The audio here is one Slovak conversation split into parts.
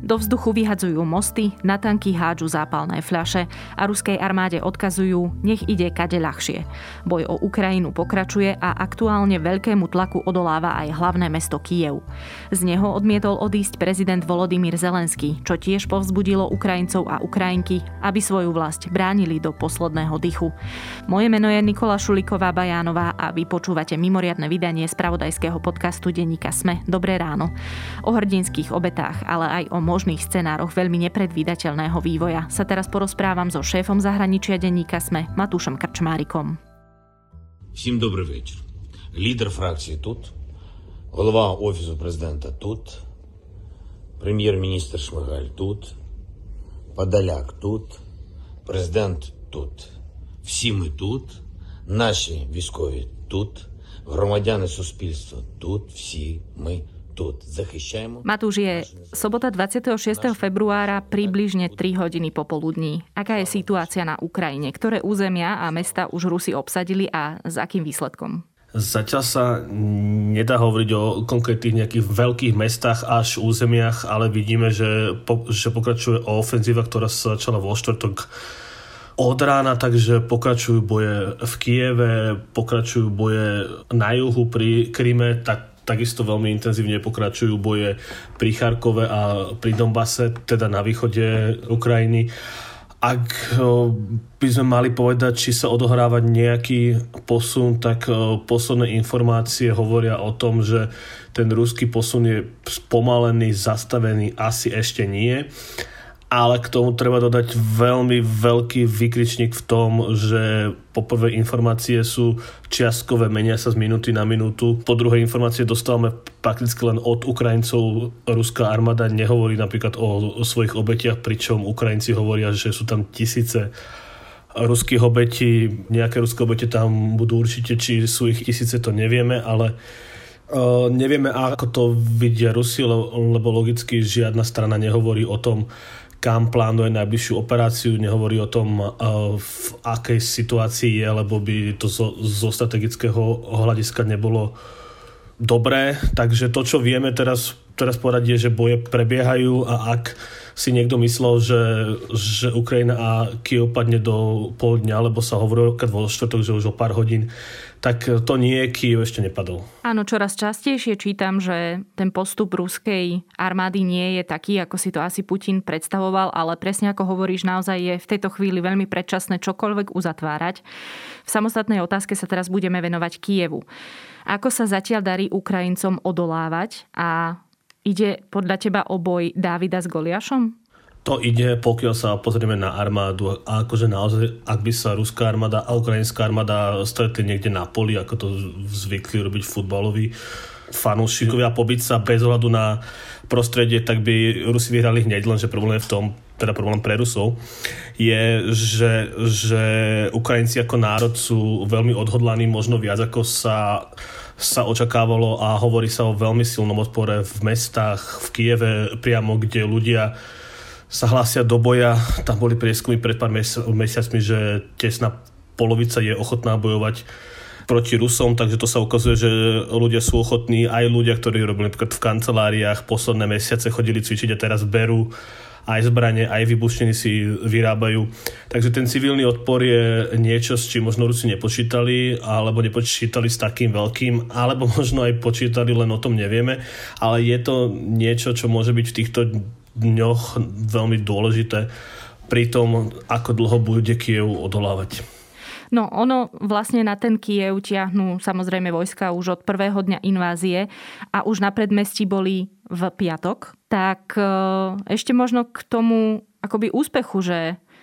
Do vzduchu vyhadzujú mosty, na tanky hádžu zápalné fľaše a ruskej armáde odkazujú, nech ide kade ľahšie. Boj o Ukrajinu pokračuje a aktuálne veľkému tlaku odoláva aj hlavné mesto Kyjev. Z neho odmietol odísť prezident Volodymyr Zelenský, čo tiež povzbudilo Ukrajincov a Ukrajinky, aby svoju vlast bránili do posledného dychu. Moje meno je Nikola Šuliková-Bajánová a vy počúvate mimoriadne vydanie spravodajského podcastu denníka SME Dobré ráno. O hrdinských obetách, ale aj o možných scenároch veľmi nepredvídateľného vývoja sa teraz porozprávam so šéfom zahraničia denníka SME Matúšom Krčmárikom. Всім добрий вечір. Лідер фракції тут, голова Офісу президента тут, прем'єр-міністр Шмигаль тут, Подоляк тут, президент тут. Всі ми тут, наші військові тут, громадяни суспільства тут, всі ми тут. Захищаємо. Matúš, je sobota 26. februára približne 3 hodiny popoludní. Aká je situácia na Ukrajine? Ktoré územia a mesta už Rusi obsadili a s akým výsledkom? Zatiaľ sa nedá hovoriť o konkrétnych nejakých veľkých mestách až územiach, ale vidíme, že pokračuje ofenzíva, ktorá sa začala vo štvrtok od rána, takže pokračujú boje v Kyjeve, pokračujú boje na juhu pri Kryme, takisto veľmi intenzívne pokračujú boje pri Charkove a pri Donbase, teda na východe Ukrajiny. Ak by sme mali povedať, či sa odohráva nejaký posun, tak posledné informácie hovoria o tom, že ten ruský posun je spomalený, zastavený, asi ešte nie. Ale k tomu treba dodať veľmi veľký výkričník v tom, že poprvé informácie sú čiastkové, menia sa z minúty na minútu. Po druhé informácie dostávame prakticky len od Ukrajincov. Ruská armáda nehovorí napríklad o svojich obetiach, pričom Ukrajinci hovoria, že sú tam tisíce ruských obetí. Nejaké ruské obete tam budú určite, či sú ich tisíce, to nevieme, ale nevieme, ako to vidia Rusi, lebo logicky žiadna strana nehovorí o tom, kam plánuje najbližšiu operáciu, nehovorí o tom, v akej situácii je, lebo by to zo strategického hľadiska nebolo dobré. Takže to, čo vieme teraz povedať, je, že boje prebiehajú a ak si niekto myslel, že Ukrajina a Kyjev padne do pol dňa, lebo sa hovorilo vo štvrtok, že už o pár hodín, tak to nie, Kyjev ešte nepadol. Áno, čoraz častejšie čítam, že ten postup ruskej armády nie je taký, ako si to asi Putin predstavoval, ale presne ako hovoríš, naozaj je v tejto chvíli veľmi predčasné čokoľvek uzatvárať. V samostatnej otázke sa teraz budeme venovať Kyjevu. Ako sa zatiaľ darí Ukrajincom odolávať a ide podľa teba o boj Dávida s Goliášom? To ide, pokiaľ sa pozrieme na armádu a akože naozaj, ak by sa ruská armáda a ukrajinská armáda stretli niekde na poli, ako to zvykli robiť futbaloví fanúšikovia, pobiť sa bez ohľadu na prostredie, tak by Rusi vyhrali hneď, lenže problém je v tom, teda problém pre Rusov, je, že Ukrajinci ako národ sú veľmi odhodlaní, možno viac ako sa očakávalo a hovorí sa o veľmi silnom odpore v mestách, v Kyjeve priamo, kde ľudia sa hlásia do boja. Tam boli prieskumy pred pár mesiacmi, že tesná polovica je ochotná bojovať proti Rusom, takže to sa ukazuje, že ľudia sú ochotní, aj ľudia, ktorí robili napríklad v kanceláriách, posledné mesiace chodili cvičiť a teraz berú aj zbrane, aj výbušniny si vyrábajú. Takže ten civilný odpor je niečo, s čím možno Rusi nepočítali, alebo nepočítali s takým veľkým, alebo možno aj počítali, len o tom nevieme. Ale je to niečo, čo môže byť v týchto dňoch veľmi dôležité pri tom, ako dlho bude Kyjev odolávať. No ono vlastne na ten Kyjev tiahnu samozrejme vojska už od prvého dňa invázie a už na predmestí boli v piatok. Tak ešte možno k tomu akoby úspechu, že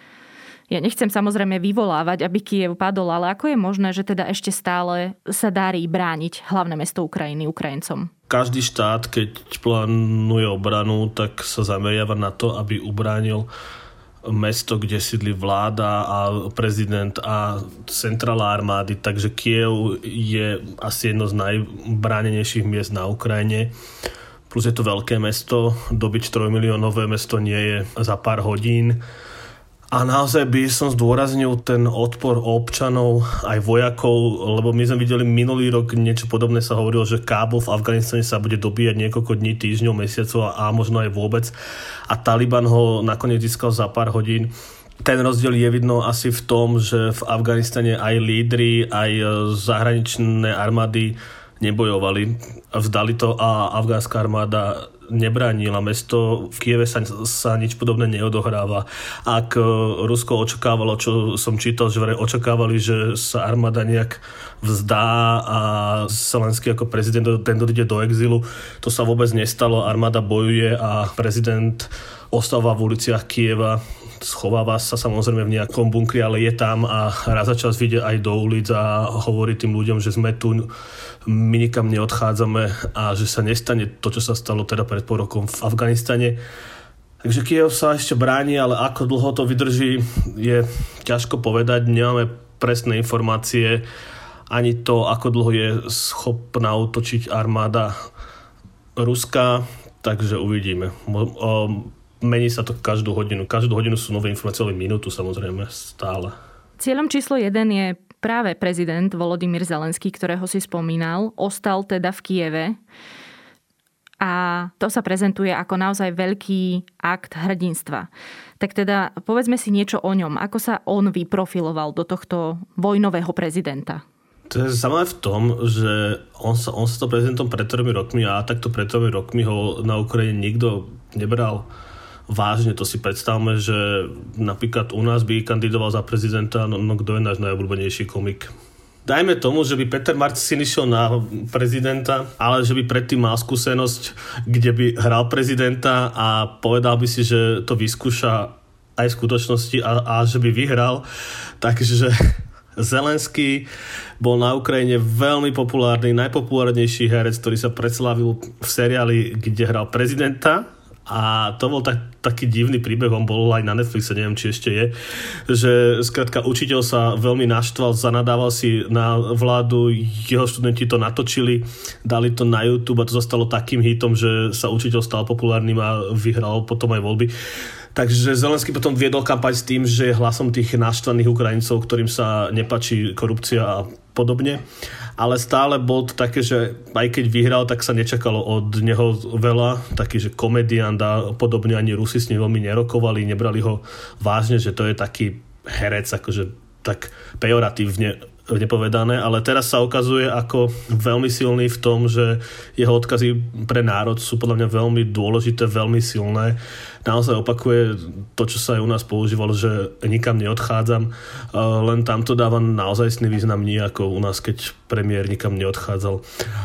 ja nechcem samozrejme vyvolávať, aby Kyjev padol, ale ako je možné, že teda ešte stále sa darí brániť hlavné mesto Ukrajiny Ukrajincom? Každý štát, keď plánuje obranu, tak sa zameriava na to, aby ubránil mesto, kde sídli vláda a prezident a centrála armády, takže Kyjev je asi jedno z najbránenejších miest na Ukrajine. Plus je to veľké mesto, dobiť 3-miliónové mesto nie je za pár hodín. A naozaj by som zdôraznil ten odpor občanov, aj vojakov, lebo my sme videli minulý rok niečo podobné, sa hovorilo, že Kábul v Afganistane sa bude dobíjať niekoľko dní, týždňov, mesiacov a možno aj vôbec. A Taliban ho nakoniec získal za pár hodín. Ten rozdiel je vidno asi v tom, že v Afganistane aj lídri, aj zahraničné armády nebojovali. Vzdali to a afgánska armáda nebránila. Mesto v Kieve sa nič podobné neodohráva. Ak Rusko očakávalo, čo som čítal, že očakávali, že sa armáda nejak vzdá a Zelenský ako prezident ten ide do exilu, to sa vôbec nestalo. Armáda bojuje a prezident ostáva v uliciach Kieva, schováva sa samozrejme v nejakom bunkri, ale je tam a raz za čas vyjde aj do ulic a hovorí tým ľuďom, že sme tu, my nikam neodchádzame a že sa nestane to, čo sa stalo teda pred pol rokom v Afganistane. Takže Kyjev sa ešte bráni, ale ako dlho to vydrží, je ťažko povedať. Nemáme presné informácie ani to, ako dlho je schopná útočiť armáda Ruska, takže uvidíme. Mení sa to každú hodinu. Každú hodinu sú nové informácie, ale minútu samozrejme stále. Cieľom číslo 1 je práve prezident Volodymyr Zelenský, ktorého si spomínal. Ostal teda v Kyjeve a to sa prezentuje ako naozaj veľký akt hrdinstva. Tak teda povedzme si niečo o ňom. Ako sa on vyprofiloval do tohto vojnového prezidenta? To je zaujímavé v tom, že on sa to prezidentom pred 3 rokmi a takto pred 3 rokmi ho na Ukrajine nikto nebral vážne. To si predstavme, že napríklad u nás by kandidoval za prezidenta, no kto je náš najobľúbenejší komik. Dajme tomu, že by Peter Marcin išiel na prezidenta, ale že by predtým mal skúsenosť, kde by hral prezidenta a povedal by si, že to vyskúša aj v skutočnosti a že by vyhral. Takže Zelenský bol na Ukrajine veľmi populárny, najpopulárnejší herec, ktorý sa preslávil v seriáli, kde hral prezidenta. A to bol taký divný príbeh, on bol aj na Netflixe, neviem, či ešte je, že skrátka učiteľ sa veľmi naštval, zanadával si na vládu, jeho študenti to natočili, dali to na YouTube a to zostalo takým hitom, že sa učiteľ stal populárnym a vyhral potom aj voľby. Takže Zelenský potom viedol kampaň s tým, že je hlasom tých naštvaných Ukrajincov, ktorým sa nepáči korupcia a podobne. Ale stále bol to také, že aj keď vyhral, tak sa nečakalo od neho veľa. Taký, že komediant a podobne, ani Rusi s ním veľmi nerokovali, nebrali ho vážne, že to je taký herec, akože tak pejoratívne nepovedané, ale teraz sa ukazuje ako veľmi silný v tom, že jeho odkazy pre národ sú podľa mňa veľmi dôležité, veľmi silné. Naozaj opakuje to, čo sa aj u nás používalo, že nikam neodchádzam, len tam to dáva naozajstný význam, nie ako u nás, keď premiér nikam neodchádzal.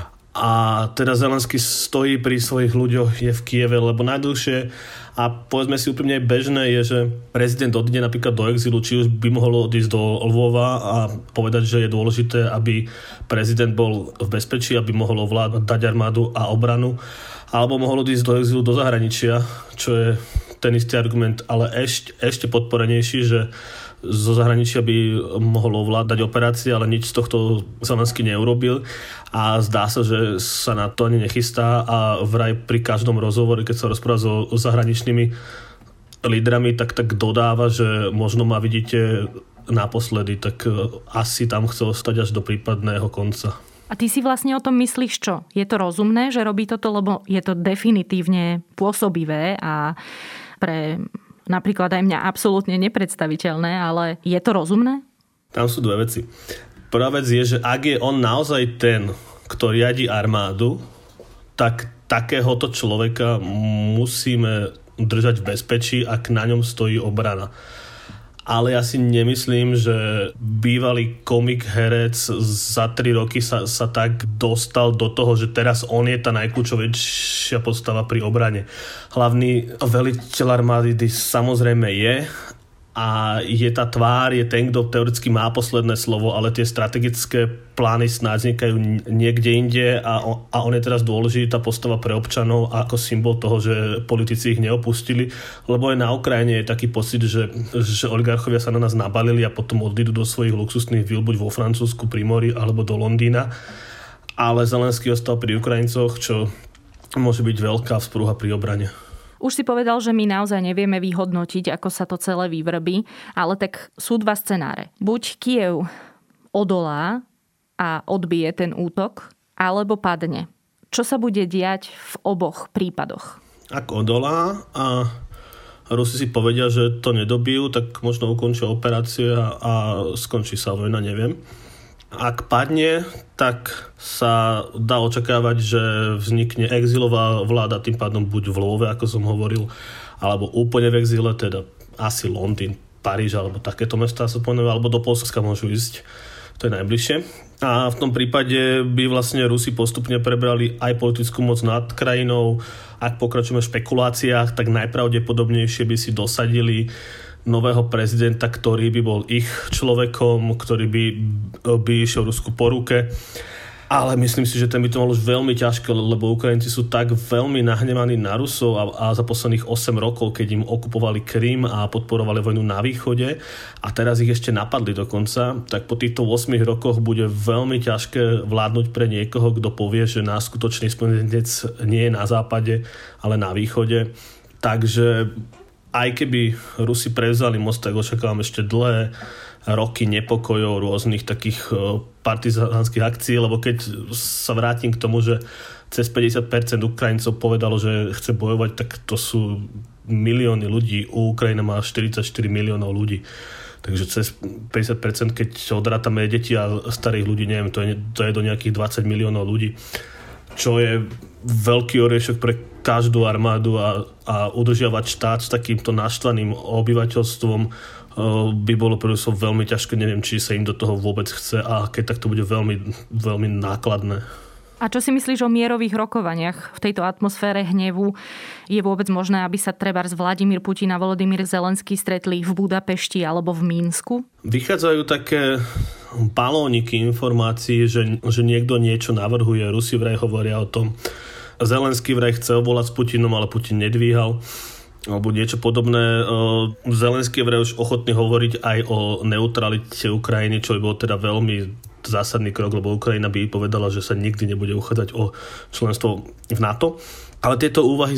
A teda Zelenský stojí pri svojich ľuďoch, je v Kyjeve, lebo najdlhšie a povedzme si úprimne aj bežné je, že prezident odíde napríklad do exilu, či už by mohol odísť do Lvova a povedať, že je dôležité, aby prezident bol v bezpečí, aby mohol ovládať armádu a obranu, alebo mohol odísť do exilu do zahraničia, čo je ten istý argument, ale ešte podporenejší, že zo zahraničia by mohol ovládať operácie, ale nič z tohto Zelenský neurobil a zdá sa, že sa na to ani nechystá a vraj pri každom rozhovore, keď sa rozpráva so zahraničnými lídrami, tak dodáva, že možno ma vidíte naposledy, tak asi tam chce ostať až do prípadného konca. A ty si vlastne o tom myslíš čo? Je to rozumné, že robí toto, lebo je to definitívne pôsobivé a pre napríklad aj mňa absolútne nepredstaviteľné, ale je to rozumné? Tam sú dve veci. Prvá vec je, že ak je on naozaj ten, kto riadi armádu, tak takéhoto človeka musíme držať v bezpečí, ak na ňom stojí obrana. Ale ja si nemyslím, že bývalý komik herec za 3 roky sa tak dostal do toho, že teraz on je tá najkľúčovejšia postava pri obrane. Hlavný veliteľ armády samozrejme je a je tá tvár, je ten, kto teoreticky má posledné slovo, ale tie strategické plány snáď vznikajú niekde inde a on je teraz dôležitá postava pre občanov ako symbol toho, že politici ich neopustili, lebo aj na Ukrajine je taký pocit, že oligarchovia sa na nás nabalili a potom odídu do svojich luxusných vil buď vo Francúzsku pri mori alebo do Londýna, ale Zelenský ostal pri Ukrajincoch, čo môže byť veľká vzprúha pri obrane. Už si povedal, že my naozaj nevieme vyhodnotiť, ako sa to celé vyvrbí, ale tak sú dva scenáre. Buď Kyjev odolá a odbije ten útok, alebo padne. Čo sa bude diať v oboch prípadoch? Ak odolá a Rusi si povedia, že to nedobijú, tak možno ukončia operácie a skončí sa vojna, neviem. Ak padne, tak sa dá očakávať, že vznikne exilová vláda, tým pádom buď v Lvove, ako som hovoril, alebo úplne v exíle, teda asi Londýn, Paríž, alebo takéto mestá sa spomenú, alebo do Poľska môžu ísť, to je najbližšie. A v tom prípade by vlastne Rusi postupne prebrali aj politickú moc nad krajinou. Ak pokračujeme v špekuláciách, tak najpravdepodobnejšie by si dosadili nového prezidenta, ktorý by bol ich človekom, ktorý by išiel Rusku po ruke. Ale myslím si, že ten by to mal už veľmi ťažké, lebo Ukrajinci sú tak veľmi nahnevaní na Rusov a za posledných 8 rokov, keď im okupovali Krym a podporovali vojnu na východe a teraz ich ešte napadli dokonca, tak po týchto 8 rokoch bude veľmi ťažké vládnuť pre niekoho, kto povie, že náš skutočný spojenec nie je na západe, ale na východe. Takže aj keby Rusi prevzali most, tak očakávam ešte dlhé roky nepokojov, rôznych takých partizánskych akcií, lebo keď sa vrátim k tomu, že cez 50% Ukrajincov povedalo, že chce bojovať, tak to sú milióny ľudí. Ukrajina má 44 miliónov ľudí. Takže cez 50%, keď odrátame deti a starých ľudí, neviem, to je do nejakých 20 miliónov ľudí, čo je veľký oriešok pre každú armádu a udržiavať štát s takýmto naštvaným obyvateľstvom by bolo pre Rusov veľmi ťažké. Neviem, či sa im do toho vôbec chce a keď tak to bude veľmi, veľmi nákladné. A čo si myslíš o mierových rokovaniach v tejto atmosfére hnevu? Je vôbec možné, aby sa trebárs Vladimír Putin a Volodymyr Zelenský stretli v Budapešti alebo v Mínsku? Vychádzajú také balóniky informácií, že niekto niečo navrhuje. Rusi vraj hovoria o tom. Zelenský vraj chcel volať s Putinom, ale Putin nedvíhal. Alebo niečo podobné. Zelenský vraj už ochotný hovoriť aj o neutralite Ukrajiny, čo by bol teda veľmi zásadný krok, lebo Ukrajina by povedala, že sa nikdy nebude uchádzať o členstvo v NATO. Ale tieto úvahy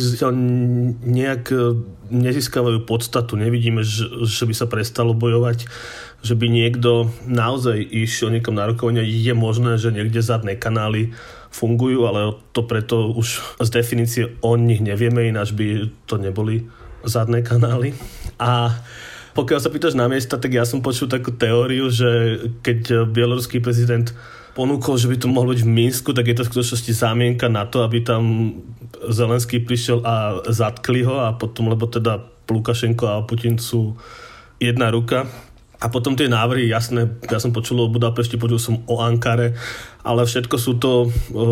nejak nezískavajú podstatu. Nevidíme, že by sa prestalo bojovať, že by niekto naozaj išiel niekam na rokovania. Je možné, že niekde zadné kanály fungujú, ale to preto už z definície o nich nevieme, ináč by to neboli zadné kanály. A pokiaľ sa pýtaš na miesta, tak ja som počul takú teóriu, že keď bieloruský prezident ponúkol, že by to mohlo byť v Minsku, tak je to v skutočnosti zámienka na to, aby tam Zelenský prišiel a zatkli ho a potom, lebo teda Lukašenko a Putin sú jedna ruka. A potom tie návrhy, jasné, ja som počul o Budapešti, počul som o Ankare, ale všetko sú to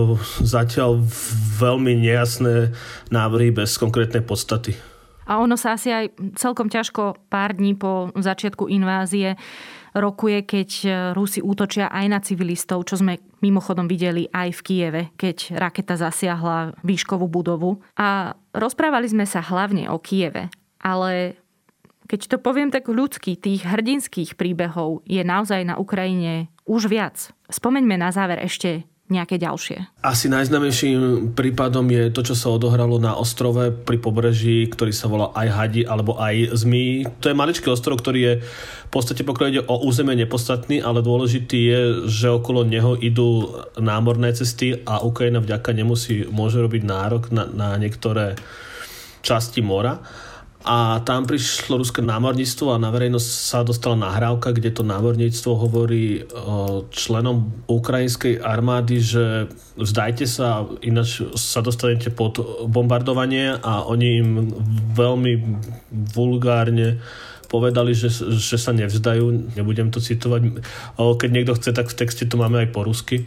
zatiaľ veľmi nejasné návrhy bez konkrétnej podstaty. A ono sa asi aj celkom ťažko pár dní po začiatku invázie rokuje, keď Rusi útočia aj na civilistov, čo sme mimochodom videli aj v Kyjeve, keď raketa zasiahla výškovú budovu. A rozprávali sme sa hlavne o Kyjeve, ale keď to poviem tak ľudsky, tých hrdinských príbehov je naozaj na Ukrajine už viac. Spomeňme na záver ešte nejaké ďalšie. Asi najznámejším prípadom je to, čo sa odohralo na ostrove pri pobreží, ktorý sa volá aj Hadi alebo aj Zmí. To je maličký ostrov, ktorý je v podstate, pokiaľ ide o územie, nepodstatný, ale dôležitý je, že okolo neho idú námorné cesty a Ukrajina vďaka nemu si môže robiť nárok na niektoré časti mora. A tam prišlo ruské námorníctvo a na verejnosť sa dostala nahrávka, kde to námorníctvo hovorí členom ukrajinskej armády, že vzdajte sa, ináč sa dostanete pod bombardovanie, a oni im veľmi vulgárne povedali, že sa nevzdajú. Nebudem to citovať. Keď niekto chce, tak v texte to máme aj po rusky.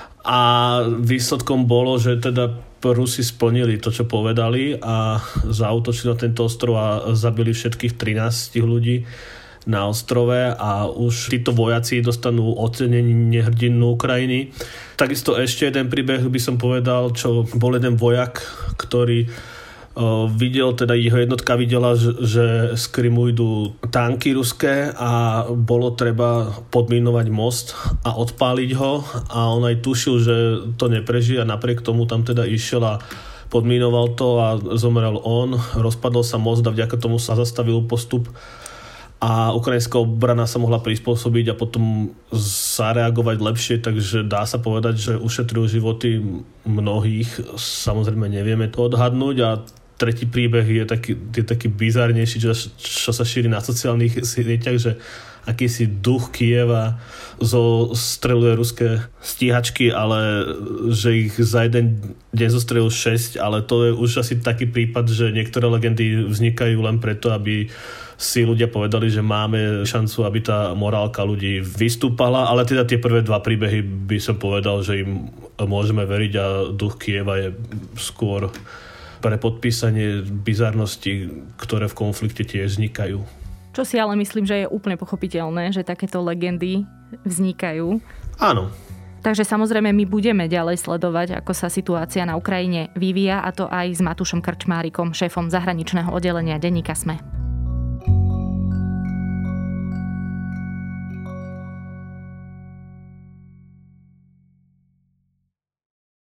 A výsledkom bolo, že teda Rusi splnili to, čo povedali, a zaútočili na tento ostrov a zabili všetkých 13 ľudí na ostrove a už títo vojaci dostanú ocenenie hrdinu Ukrajiny. Takisto ešte jeden príbeh by som povedal, čo bol jeden vojak, ktorý videl, teda jeho jednotka videla, že z Krymu idú tanky ruské a bolo treba podminovať most a odpáliť ho, a on aj tušil, že to neprežije, a napriek tomu tam teda išiel a podmínoval to a zomrel on. Rozpadol sa most a vďaka tomu sa zastavil postup a ukrajinská obrana sa mohla prispôsobiť a potom zareagovať lepšie, takže dá sa povedať, že ušetril životy mnohých. Samozrejme nevieme to odhadnúť a tretí príbeh je taký bizarnejší, čo sa šíri na sociálnych sieťach, že akýsi duch Kieva zostreluje ruské stíhačky, ale že ich za jeden deň zostrelil 6, ale to je už asi taký prípad, že niektoré legendy vznikajú len preto, aby si ľudia povedali, že máme šancu, aby tá morálka ľudí vystúpala, ale teda tie prvé dva príbehy by som povedal, že im môžeme veriť a duch Kieva je skôr pre podpísanie bizarností, ktoré v konflikte tiež vznikajú. Čo si ale myslím, že je úplne pochopiteľné, že takéto legendy vznikajú. Áno. Takže samozrejme my budeme ďalej sledovať, ako sa situácia na Ukrajine vyvíja, a to aj s Matúšom Krčmárikom, šéfom zahraničného oddelenia denníka SME.